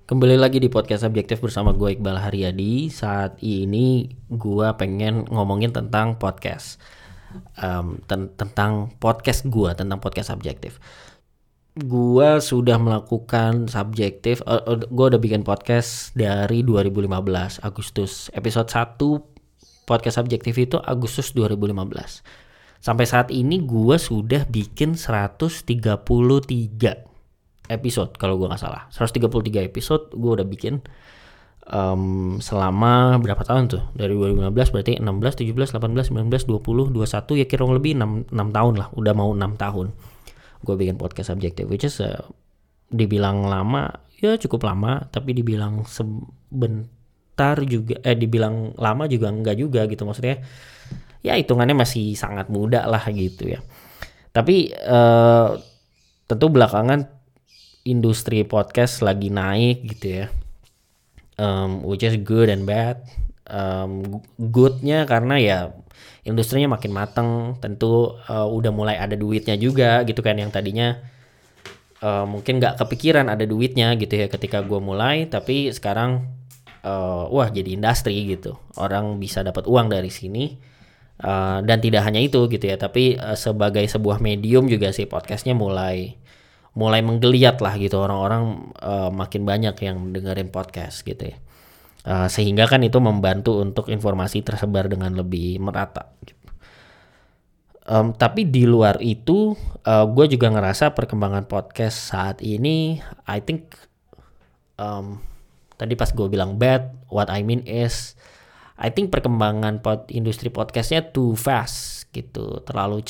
Kembali lagi di podcast Subjektif bersama gue Iqbal Haryadi. Saat ini gue pengen ngomongin tentang podcast, tentang podcast gue, tentang podcast Subjektif. Gue sudah melakukan Subjektif, gue udah bikin podcast dari 2015 Agustus. Episode 1 podcast Subjektif itu Agustus 2015. Sampai saat ini gue sudah bikin 133 episode kalau gue nggak salah. 133 episode gue udah bikin selama berapa tahun tuh? Dari 2015 berarti 16, 17, 18, 19, 20, 21 ya kurang lebih 6 tahun lah. Udah mau 6 tahun gue bikin podcast Subjektif, which is dibilang lama, ya cukup lama, tapi dibilang sebentar juga, dibilang lama juga enggak juga gitu. Maksudnya ya hitungannya masih sangat muda lah gitu ya. Tapi tentu belakangan industri podcast lagi naik gitu ya, which is good and bad. Goodnya karena ya industrinya makin mateng, tentu udah mulai ada duitnya juga gitu kan, yang tadinya mungkin nggak kepikiran ada duitnya gitu ya ketika gue mulai, tapi sekarang wah jadi industri gitu, orang bisa dapat uang dari sini. Dan tidak hanya itu gitu ya, tapi sebagai sebuah medium juga sih podcastnya mulai menggeliat lah gitu, orang-orang makin banyak yang dengerin podcast gitu ya, sehingga kan itu membantu untuk informasi tersebar dengan lebih merata gitu. Tapi di luar itu gue juga ngerasa perkembangan podcast saat ini, I think tadi pas gue bilang bad, what I mean is I think perkembangan industri podcastnya too fast gitu, terlalu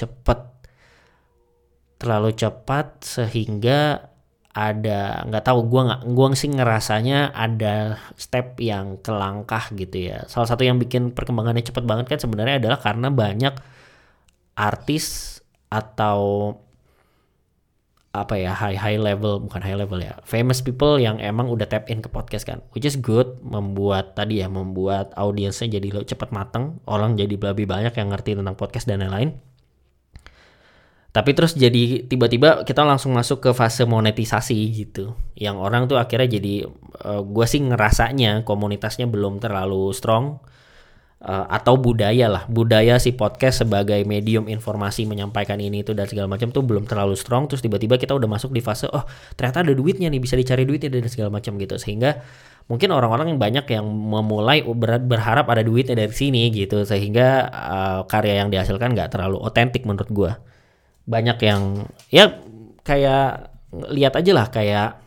cepat sehingga ada, nggak tahu, gue sih ngerasanya ada step yang kelangkah gitu ya. Salah satu yang bikin perkembangannya cepat banget kan sebenarnya adalah karena banyak artis atau apa ya, high level, bukan high level ya, famous people yang emang udah tap in ke podcast kan, which is good, membuat audiensnya jadi cepat mateng, orang jadi lebih banyak yang ngerti tentang podcast dan lain-lain. Tapi terus jadi tiba-tiba kita langsung masuk ke fase monetisasi gitu, yang orang tuh akhirnya jadi, gue sih ngerasanya komunitasnya belum terlalu strong, atau budaya si podcast sebagai medium informasi menyampaikan ini itu dan segala macam tuh belum terlalu strong. Terus tiba-tiba kita udah masuk di fase ternyata ada duitnya nih, bisa dicari duitnya dan segala macam gitu, sehingga mungkin orang-orang yang banyak yang memulai berharap ada duitnya dari sini gitu, sehingga karya yang dihasilkan nggak terlalu otentik menurut gue. Banyak yang ya kayak lihat aja lah, kayak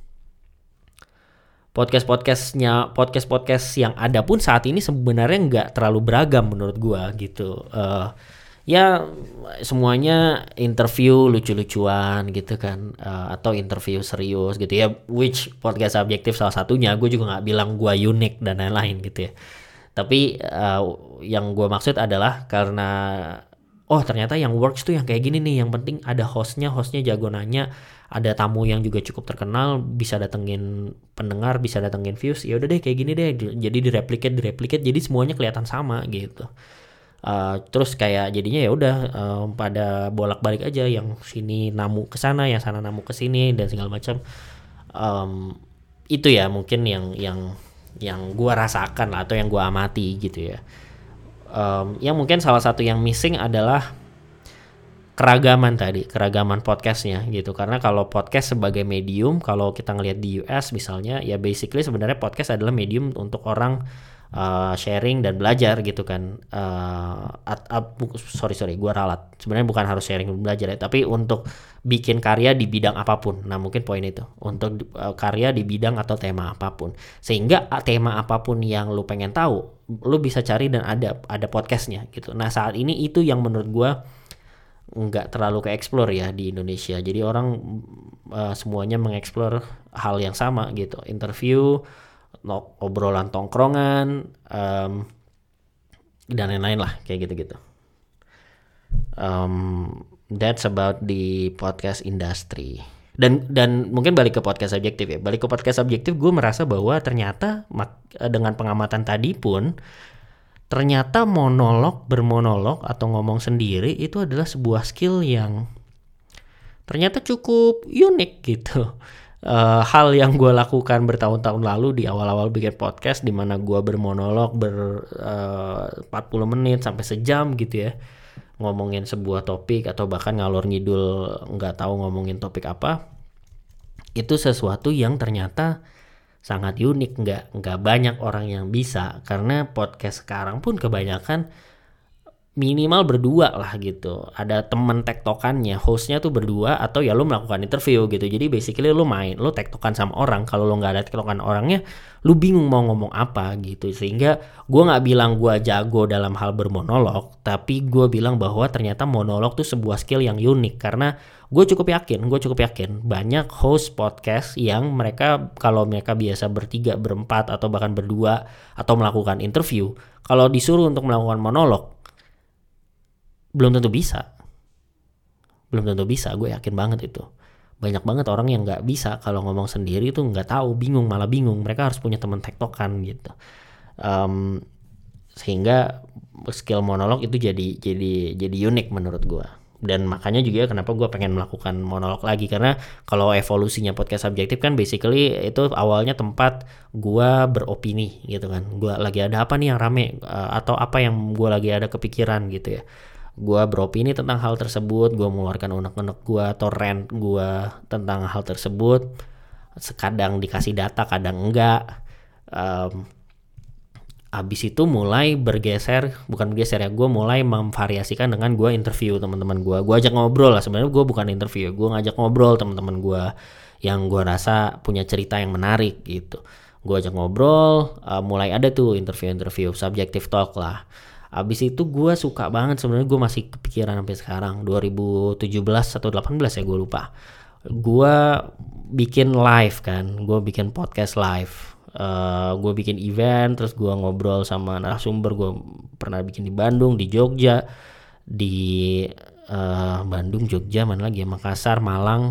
podcast yang ada pun saat ini sebenarnya nggak terlalu beragam menurut gua gitu. Ya semuanya interview lucu-lucuan gitu kan, atau interview serius gitu ya, which podcast Subjektif salah satunya. Gue juga nggak bilang gua unik dan lain-lain gitu ya, tapi yang gua maksud adalah karena ternyata yang works tuh yang kayak gini nih, yang penting ada hostnya jago nanya, ada tamu yang juga cukup terkenal, bisa datengin pendengar, bisa datengin views, ya udah deh kayak gini deh, jadi direplicate, jadi semuanya kelihatan sama gitu. Terus kayak jadinya ya udah, pada bolak-balik aja, yang sini namu ke sana, yang sana namu ke sini dan segala macam. Itu ya mungkin yang gua rasakan lah, atau yang gua amati gitu ya. Yang mungkin salah satu yang missing adalah keragaman podcastnya gitu. Karena kalau podcast sebagai medium, kalau kita ngelihat di US misalnya, ya basically sebenarnya podcast adalah medium untuk orang sharing dan belajar gitu kan. Sorry, gue ralat. Sebenarnya bukan harus sharing dan belajar ya, tapi untuk bikin karya di bidang apapun. Nah mungkin poin itu, untuk karya di bidang atau tema apapun, sehingga tema apapun yang lu pengen tahu, lu bisa cari dan ada podcastnya gitu. Nah saat ini itu yang menurut gue nggak terlalu ke-explore ya di Indonesia. Jadi orang semuanya mengeksplor hal yang sama gitu, interview, obrolan tongkrongan, dan lain-lain lah kayak gitu-gitu. That's about the podcast industry. Dan mungkin balik ke podcast Subjektif ya. Balik ke podcast Subjektif, gue merasa bahwa ternyata dengan pengamatan tadi pun, ternyata bermonolog atau ngomong sendiri itu adalah sebuah skill yang ternyata cukup unik gitu. hal yang gue lakukan bertahun-tahun lalu di awal-awal bikin podcast, di mana gue bermonolog 40 menit sampai sejam gitu ya, ngomongin sebuah topik atau bahkan ngalor ngidul nggak tahu ngomongin topik apa. Itu sesuatu yang ternyata sangat unik, nggak banyak orang yang bisa, karena podcast sekarang pun kebanyakan minimal berdua lah gitu, ada temen tektokannya, hostnya tuh berdua, atau ya lo melakukan interview gitu. Jadi basically lo tektokan sama orang. Kalau lo nggak ada tektokan orangnya, lo bingung mau ngomong apa gitu. Sehingga gue nggak bilang gue jago dalam hal bermonolog, tapi gue bilang bahwa ternyata monolog tuh sebuah skill yang unik. Karena gue cukup yakin banyak host podcast yang mereka kalau mereka biasa bertiga, berempat, atau bahkan berdua, atau melakukan interview, kalau disuruh untuk melakukan monolog belum tentu bisa, gue yakin banget itu. Banyak banget orang yang nggak bisa kalau ngomong sendiri tuh, nggak tahu, malah bingung. Mereka harus punya teman tektokan gitu. Sehingga skill monolog itu jadi unik menurut gue. Dan makanya juga kenapa gue pengen melakukan monolog lagi, karena kalau evolusinya podcast subjektif kan basically itu awalnya tempat gue beropini gitu kan. Gue lagi ada apa nih yang rame, atau apa yang gue lagi ada kepikiran gitu ya. Gue beropini tentang hal tersebut, gue mengeluarkan unek-unek gue atau rant gue tentang hal tersebut. Kadang dikasih data, kadang enggak. Abis itu mulai gue mulai memvariasikan dengan gue interview teman-teman gue ajak ngobrol lah. Sebenarnya gue bukan interview, gue ngajak ngobrol teman-teman gue yang gue rasa punya cerita yang menarik gitu. Gue ajak ngobrol, mulai ada tuh interview subjective talk lah. Abis itu gue suka banget, sebenarnya gue masih kepikiran sampai sekarang, 2017 atau 18 ya gue lupa. Gue bikin live kan, gue bikin podcast live. Gue bikin event, terus gue ngobrol sama narasumber. Gue pernah bikin di Bandung, di Jogja, di Bandung, Jogja, mana lagi ya, Makassar, Malang,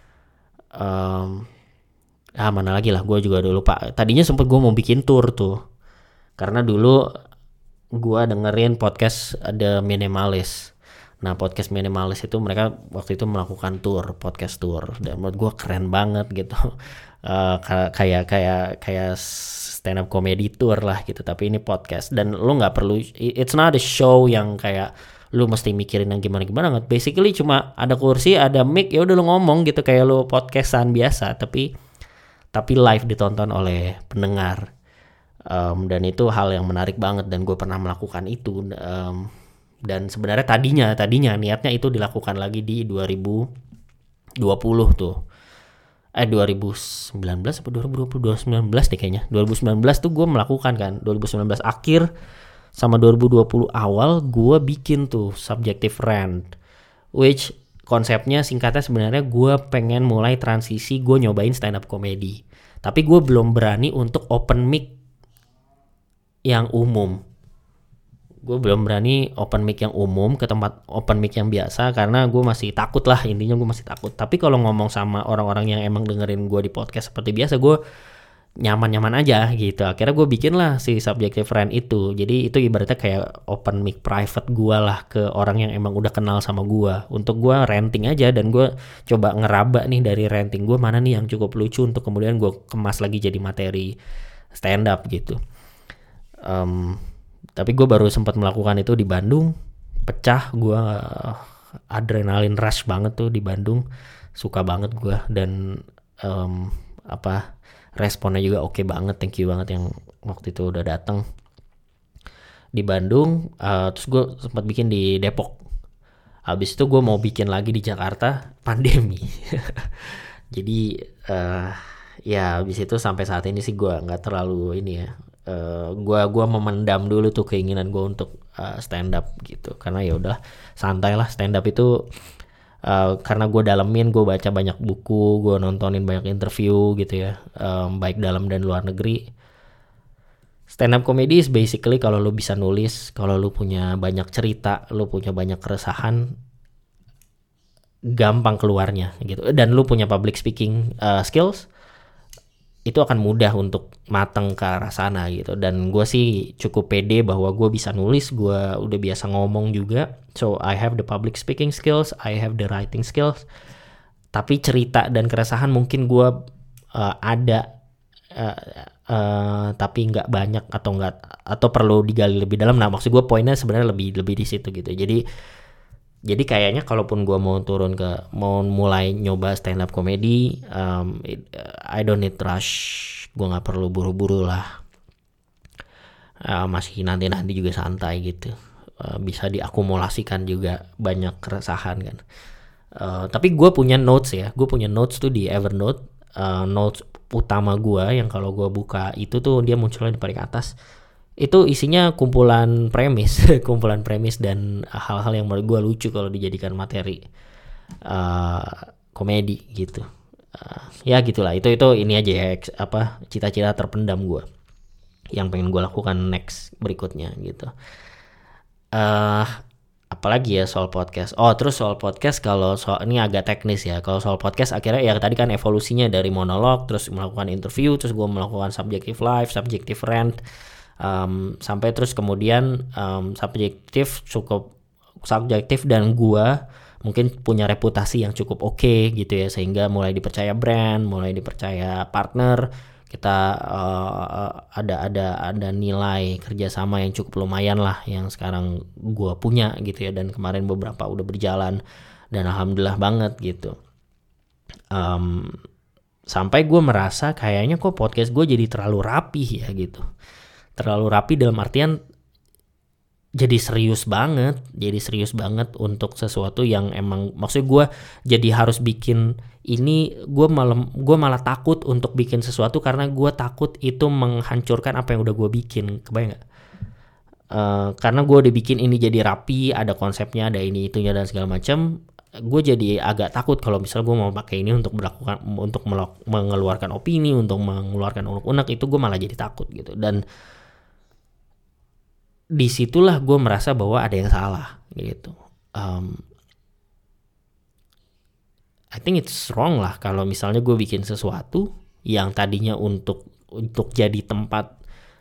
mana lagi lah, gue juga udah lupa. Tadinya sempet gue mau bikin tour tuh, karena dulu gue dengerin podcast The Minimalist. Nah, podcast Minimalist itu mereka waktu itu melakukan podcast tour, dan menurut gue keren banget gitu. Kayak stand up comedy tour lah gitu, tapi ini podcast. Dan lu nggak perlu, it's not a show yang kayak lu mesti mikirin yang gimana nggak. Basically cuma ada kursi, ada mic, ya udah lu ngomong gitu kayak lu podcastan biasa, tapi live ditonton oleh pendengar. Dan itu hal yang menarik banget, dan gue pernah melakukan itu. Dan sebenarnya tadinya niatnya itu dilakukan lagi di 2020 tuh. 2019 apa 2020, 2019 deh kayaknya. 2019 tuh gue melakukan kan, 2019 akhir sama 2020 awal gue bikin tuh subjective rant, which konsepnya singkatnya sebenarnya gue pengen mulai transisi gue nyobain stand up comedy, tapi gue belum berani untuk open mic yang umum. Gue belum berani open mic yang umum ke tempat open mic yang biasa, karena gue masih takut lah, intinya gue masih takut. Tapi kalau ngomong sama orang-orang yang emang dengerin gue di podcast seperti biasa, gue nyaman-nyaman aja gitu. Akhirnya gue bikin lah si subjective rant itu. Jadi itu ibaratnya kayak open mic private gue lah ke orang yang emang udah kenal sama gue, untuk gue ranting aja. Dan gue coba ngeraba nih dari ranting gue mana nih yang cukup lucu untuk kemudian gue kemas lagi jadi materi stand up gitu. Tapi gue baru sempat melakukan itu di Bandung, pecah. Gue adrenalin rush banget tuh di Bandung, suka banget gue. Dan responnya juga oke banget, thank you banget yang waktu itu udah datang di Bandung. Terus gue sempat bikin di Depok. Habis itu gue mau bikin lagi di Jakarta, pandemi. Jadi ya habis itu sampai saat ini sih gue nggak terlalu ini ya. Gue memendam dulu tuh keinginan gue untuk stand up gitu, karena ya udah santai lah. Stand up itu karena gue dalemin, gue baca banyak buku, gue nontonin banyak interview gitu ya, baik dalam dan luar negeri. Stand up comedy is basically kalau lu bisa nulis, kalau lu punya banyak cerita, lu punya banyak keresahan, gampang keluarnya gitu, dan lu punya public speaking skills, itu akan mudah untuk mateng ke arah sana gitu. Dan gue sih cukup pede bahwa gue bisa nulis, gue udah biasa ngomong juga, so I have the public speaking skills, I have the writing skills. Tapi cerita dan keresahan mungkin gue ada tapi nggak banyak atau perlu digali lebih dalam. Nah maksud gue poinnya sebenarnya lebih di situ gitu. Jadi kayaknya kalaupun gue mau mulai nyoba stand up comedy, I don't need rush, gue nggak perlu buru-buru lah. Masih nanti juga santai gitu. Bisa diakumulasikan juga banyak keresahan kan. Tapi gue punya notes tuh di Evernote. Notes utama gue yang kalau gue buka itu tuh dia munculnya di paling atas. Itu isinya kumpulan premis dan hal-hal yang menurut gue lucu kalau dijadikan materi komedi gitu. Ya gitulah, itu ini aja ya, cita-cita terpendam gue yang pengen gue lakukan next berikutnya gitu. Apalagi ya soal podcast. Terus soal podcast, kalau soal ini agak teknis ya. Kalau soal podcast akhirnya ya tadi kan evolusinya dari monolog, terus melakukan interview, terus gue melakukan subjective live, subjective rant, sampai terus kemudian subjektif dan gue mungkin punya reputasi yang cukup oke gitu ya, sehingga mulai dipercaya brand, mulai dipercaya partner, kita ada nilai kerjasama yang cukup lumayan lah yang sekarang gue punya gitu ya, dan kemarin beberapa udah berjalan dan alhamdulillah banget gitu. Sampai gue merasa kayaknya kok podcast gue jadi terlalu rapi ya gitu. Terlalu rapi dalam artian jadi serius banget untuk sesuatu yang emang maksudnya gue jadi harus bikin ini. Gue malah takut untuk bikin sesuatu karena gue takut itu menghancurkan apa yang udah gue bikin. Kebayang gak? Karena gue udah bikin ini jadi rapi, ada konsepnya, ada ini itunya dan segala macam. Gue jadi agak takut kalau misalnya gue mau pakai ini untuk mengeluarkan opini, untuk mengeluarkan unek-unek, itu gue malah jadi takut gitu. Dan disitulah gue merasa bahwa ada yang salah gitu. I think it's wrong lah kalau misalnya gue bikin sesuatu yang tadinya untuk jadi tempat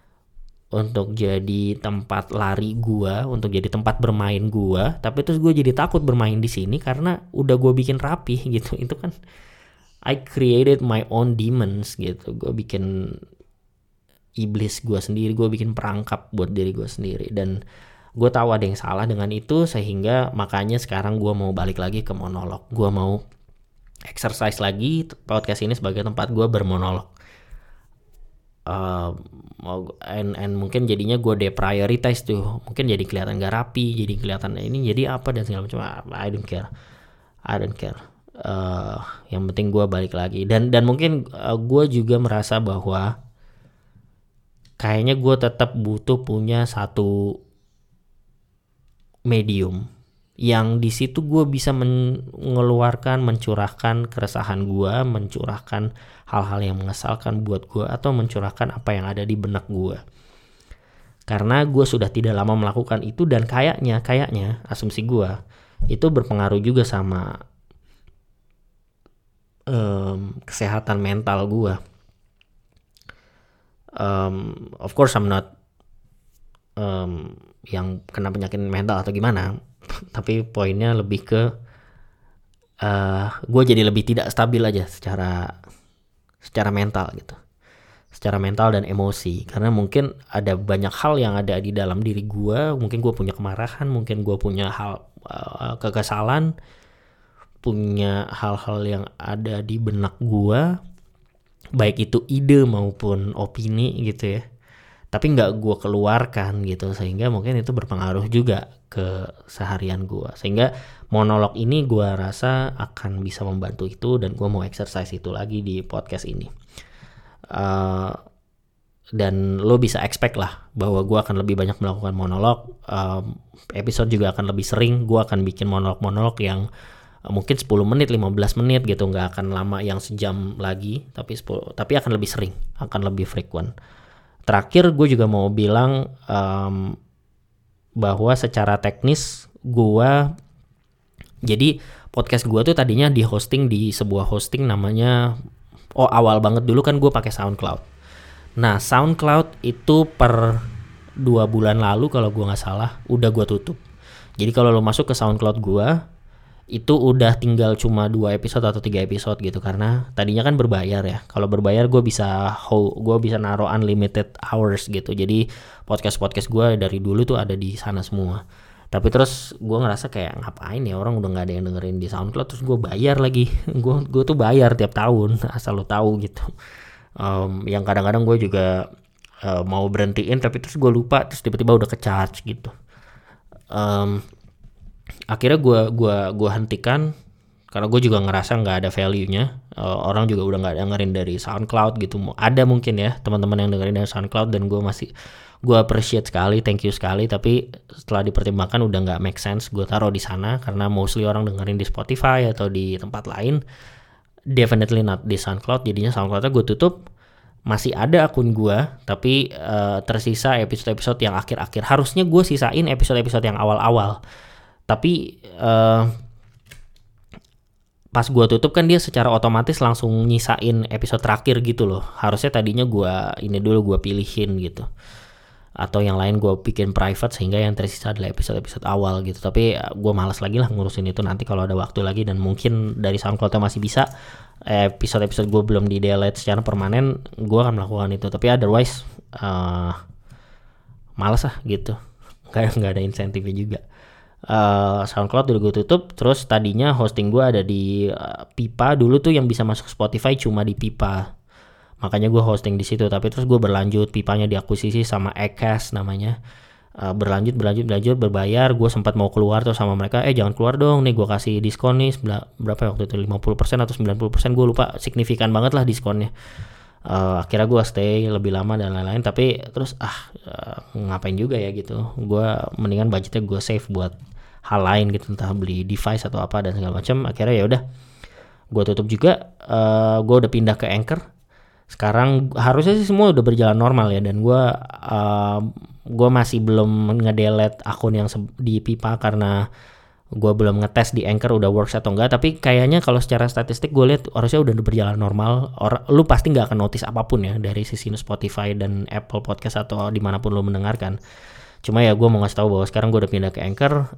lari gue, untuk jadi tempat bermain gue, tapi terus gue jadi takut bermain di sini karena udah gue bikin rapi gitu. Itu kan I created my own demons gitu. Gue bikin iblis gue sendiri, gue bikin perangkap buat diri gue sendiri, dan gue tahu ada yang salah dengan itu, sehingga makanya sekarang gue mau balik lagi ke monolog. Gue mau exercise lagi podcast ini sebagai tempat gue bermonolog. And mungkin jadinya gue deprioritize tuh, mungkin jadi kelihatan gak rapi, jadi kelihatan ini jadi apa dan segala macam. I don't care. Yang penting gue balik lagi, dan mungkin gue juga merasa bahwa kayaknya gue tetap butuh punya satu medium yang di situ gue bisa mencurahkan keresahan gue, mencurahkan hal-hal yang mengesalkan buat gue, atau mencurahkan apa yang ada di benak gue. Karena gue sudah tidak lama melakukan itu, dan kayaknya asumsi gue itu berpengaruh juga sama kesehatan mental gue. Of course I'm not yang kena penyakit mental atau gimana, tapi poinnya lebih ke gue jadi lebih tidak stabil aja secara mental gitu, secara mental dan emosi. Karena mungkin ada banyak hal yang ada di dalam diri gue. Mungkin gue punya kemarahan, mungkin gue punya kekesalan, punya hal-hal yang ada di benak gue, baik itu ide maupun opini gitu ya, tapi nggak gue keluarkan gitu, sehingga mungkin itu berpengaruh juga ke seharian gue. Sehingga monolog ini gue rasa akan bisa membantu itu, dan gue mau exercise itu lagi di podcast ini. Dan lo bisa expect lah bahwa gue akan lebih banyak melakukan monolog. Episode juga akan lebih sering. Gue akan bikin monolog yang mungkin 10 menit, 15 menit gitu, nggak akan lama yang sejam lagi, tapi akan lebih sering, akan lebih frequent. Terakhir gue juga mau bilang bahwa secara teknis jadi podcast gue tuh tadinya di hosting di sebuah hosting namanya, awal banget dulu kan gue pakai SoundCloud. Nah SoundCloud itu per 2 bulan lalu kalau gue nggak salah udah gue tutup. Jadi kalau lo masuk ke SoundCloud gue, itu udah tinggal cuma 2 episode atau 3 episode gitu, karena tadinya kan berbayar ya. Kalau berbayar gue bisa naruh unlimited hours gitu. Jadi podcast gue dari dulu tuh ada di sana semua. Tapi terus gue ngerasa kayak ngapain ya, orang udah nggak ada yang dengerin di SoundCloud, terus gue bayar lagi. gue tuh bayar tiap tahun, asal lo tahu gitu. Yang kadang-kadang gue juga mau berhentiin, tapi terus gue lupa, terus tiba-tiba udah ke-charge gitu. Akhirnya gue hentikan karena gue juga ngerasa nggak ada value-nya. Orang juga udah nggak dengerin dari SoundCloud gitu. Ada mungkin ya teman-teman yang dengerin dari SoundCloud, dan gue appreciate sekali, thank you sekali. Tapi setelah dipertimbangkan udah nggak make sense gue taruh di sana, karena mostly orang dengerin di Spotify atau di tempat lain. Definitely not di SoundCloud. Jadinya SoundCloud-nya gue tutup. Masih ada akun gue, tapi tersisa episode-episode yang akhir-akhir. Harusnya gue sisain episode-episode yang awal-awal, tapi pas gue tutup kan dia secara otomatis langsung nyisain episode terakhir gitu loh. Harusnya tadinya gue pilihin gitu, atau yang lain gue bikin private sehingga yang tersisa adalah episode-episode awal gitu. Tapi gue malas lagi lah ngurusin itu. Nanti kalau ada waktu lagi dan mungkin dari SoundCloud masih bisa, episode-episode gue belum di delete secara permanen, gue akan melakukan itu. Tapi otherwise malas lah gitu, nggak ada insentifnya juga. SoundCloud udah gue tutup. Terus tadinya hosting gue ada di Pipa dulu tuh, yang bisa masuk Spotify cuma di Pipa, makanya gue hosting di situ. Tapi terus gue berlanjut, Pipanya diakuisisi sama Acast namanya. Berlanjut berbayar. Gue sempat mau keluar tuh sama mereka, jangan keluar dong, nih gue kasih diskon nih berapa ya waktu itu, 50% atau 90%, gue lupa, signifikan banget lah diskonnya. Akhirnya gue stay lebih lama dan lain-lain. Tapi terus ngapain juga ya gitu, gue mendingan budgetnya gue save buat hal lain gitu, entah beli device atau apa dan segala macam. Akhirnya ya udah gue tutup juga. Gue udah pindah ke Anchor. Sekarang harusnya sih semua udah berjalan normal ya, dan gue masih belum ngedelete akun yang di Pipa karena gue belum ngetes di Anchor udah works atau enggak. Tapi kayaknya kalau secara statistik gue lihat harusnya udah berjalan normal. Lu pasti nggak akan notice apapun ya dari sisi Spotify dan Apple Podcast atau dimanapun lu mendengarkan. Cuma ya gue mau ngasih tahu bahwa sekarang gue udah pindah ke Anchor.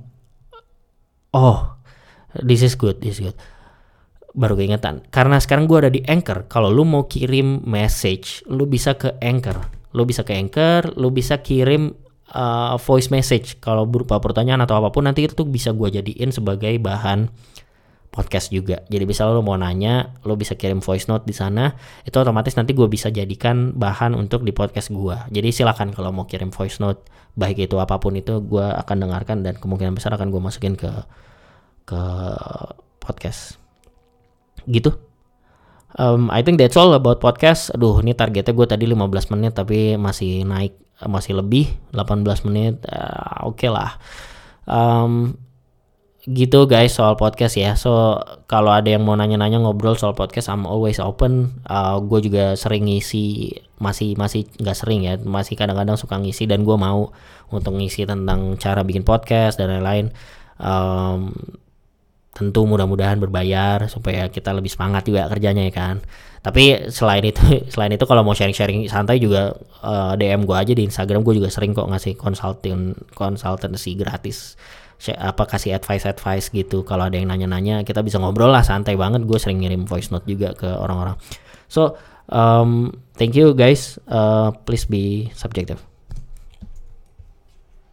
This is good. Baru keingetan, karena sekarang gue ada di Anchor. Kalau lu mau kirim message, lu bisa ke Anchor. Lu bisa kirim voice message. Kalau berupa pertanyaan atau apapun, nanti itu tuh bisa gue jadiin sebagai bahan podcast juga. Jadi bisa lu mau nanya, lu bisa kirim voice note di sana. Itu otomatis nanti gue bisa jadikan bahan untuk di podcast gue. Jadi silakan kalau mau kirim voice note, baik itu apapun itu, gue akan dengarkan dan kemungkinan besar akan gue masukin ke podcast. Gitu. I think that's all about podcast. Aduh, ini targetnya gue tadi 15 menit tapi masih naik, masih lebih 18 menit. Oke lah. Gitu guys soal podcast ya. So kalau ada yang mau nanya-nanya ngobrol soal podcast, I'm always open. Gue juga sering ngisi, masih nggak sering ya, masih kadang-kadang suka ngisi, dan gue mau untuk ngisi tentang cara bikin podcast dan lain-lain. Tentu mudah-mudahan berbayar supaya kita lebih semangat juga kerjanya ya kan. Tapi selain itu kalau mau sharing-sharing santai juga DM gue aja di Instagram. Gue juga sering kok ngasih konsultansi gratis, kasih advice gitu. Kalau ada yang nanya-nanya, kita bisa ngobrol lah, santai banget. Gue sering ngirim voice note juga ke orang-orang. So thank you guys, please be subjective.